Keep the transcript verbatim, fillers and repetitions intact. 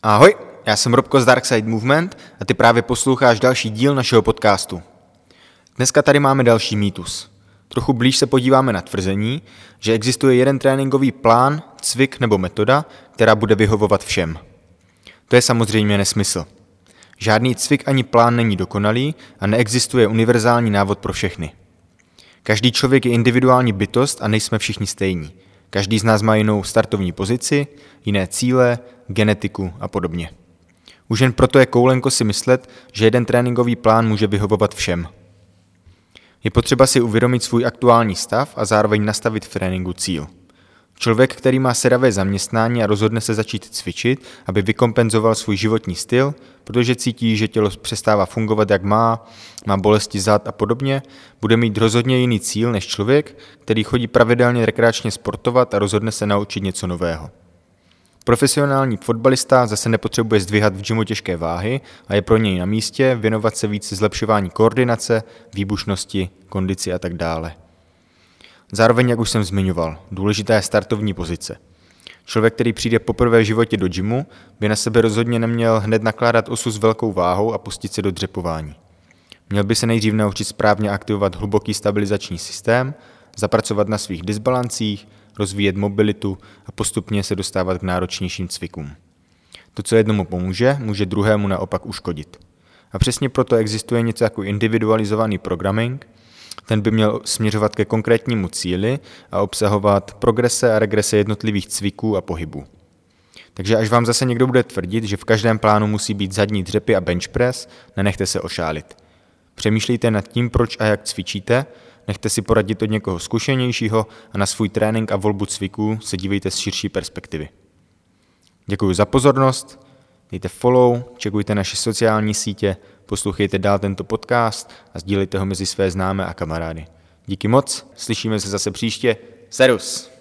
Ahoj, já jsem Robko z Dark Side Movement a ty právě posloucháš další díl našeho podcastu. Dneska tady máme další mýtus. Trochu blíž se podíváme na tvrzení, že existuje jeden tréninkový plán, cvik nebo metoda, která bude vyhovovat všem. To je samozřejmě nesmysl. Žádný cvik ani plán není dokonalý a neexistuje univerzální návod pro všechny. Každý člověk je individuální bytost a nejsme všichni stejní. Každý z nás má jinou startovní pozici, jiné cíle, genetiku a podobně. Už jen proto je koulenko si myslet, že jeden tréninkový plán může vyhovovat všem. Je potřeba si uvědomit svůj aktuální stav a zároveň nastavit v tréninku cíl. Člověk, který má sedavé zaměstnání a rozhodne se začít cvičit, aby vykompenzoval svůj životní styl, protože cítí, že tělo přestává fungovat jak má, má bolesti zad a podobně, bude mít rozhodně jiný cíl než člověk, který chodí pravidelně rekreačně sportovat a rozhodne se naučit něco nového. Profesionální fotbalista zase nepotřebuje zdvihat v gymu těžké váhy a je pro něj na místě věnovat se více zlepšování koordinace, výbušnosti, kondici a tak dále. Zároveň, jak už jsem zmiňoval, důležitá je startovní pozice. Člověk, který přijde poprvé v životě do gymu, by na sebe rozhodně neměl hned nakládat osu s velkou váhou a pustit se do dřepování. Měl by se nejdřív naučit správně aktivovat hluboký stabilizační systém, zapracovat na svých disbalancích, rozvíjet mobilitu a postupně se dostávat k náročnějším cvikům. To, co jednomu pomůže, může druhému naopak uškodit. A přesně proto existuje něco jako individualizovaný programming. Ten by měl směřovat ke konkrétnímu cíli a obsahovat progrese a regrese jednotlivých cviků a pohybů. Takže až vám zase někdo bude tvrdit, že v každém plánu musí být zadní dřepy a bench press, nenechte se ošálit. Přemýšlejte nad tím, proč a jak cvičíte, nechte si poradit od někoho zkušenějšího a na svůj trénink a volbu cviků se dívejte z širší perspektivy. Děkuji za pozornost, dejte follow, čekujte naše sociální sítě, poslouchejte dál tento podcast a sdílejte ho mezi své známé a kamarády. Díky moc, slyšíme se zase příště. Serus!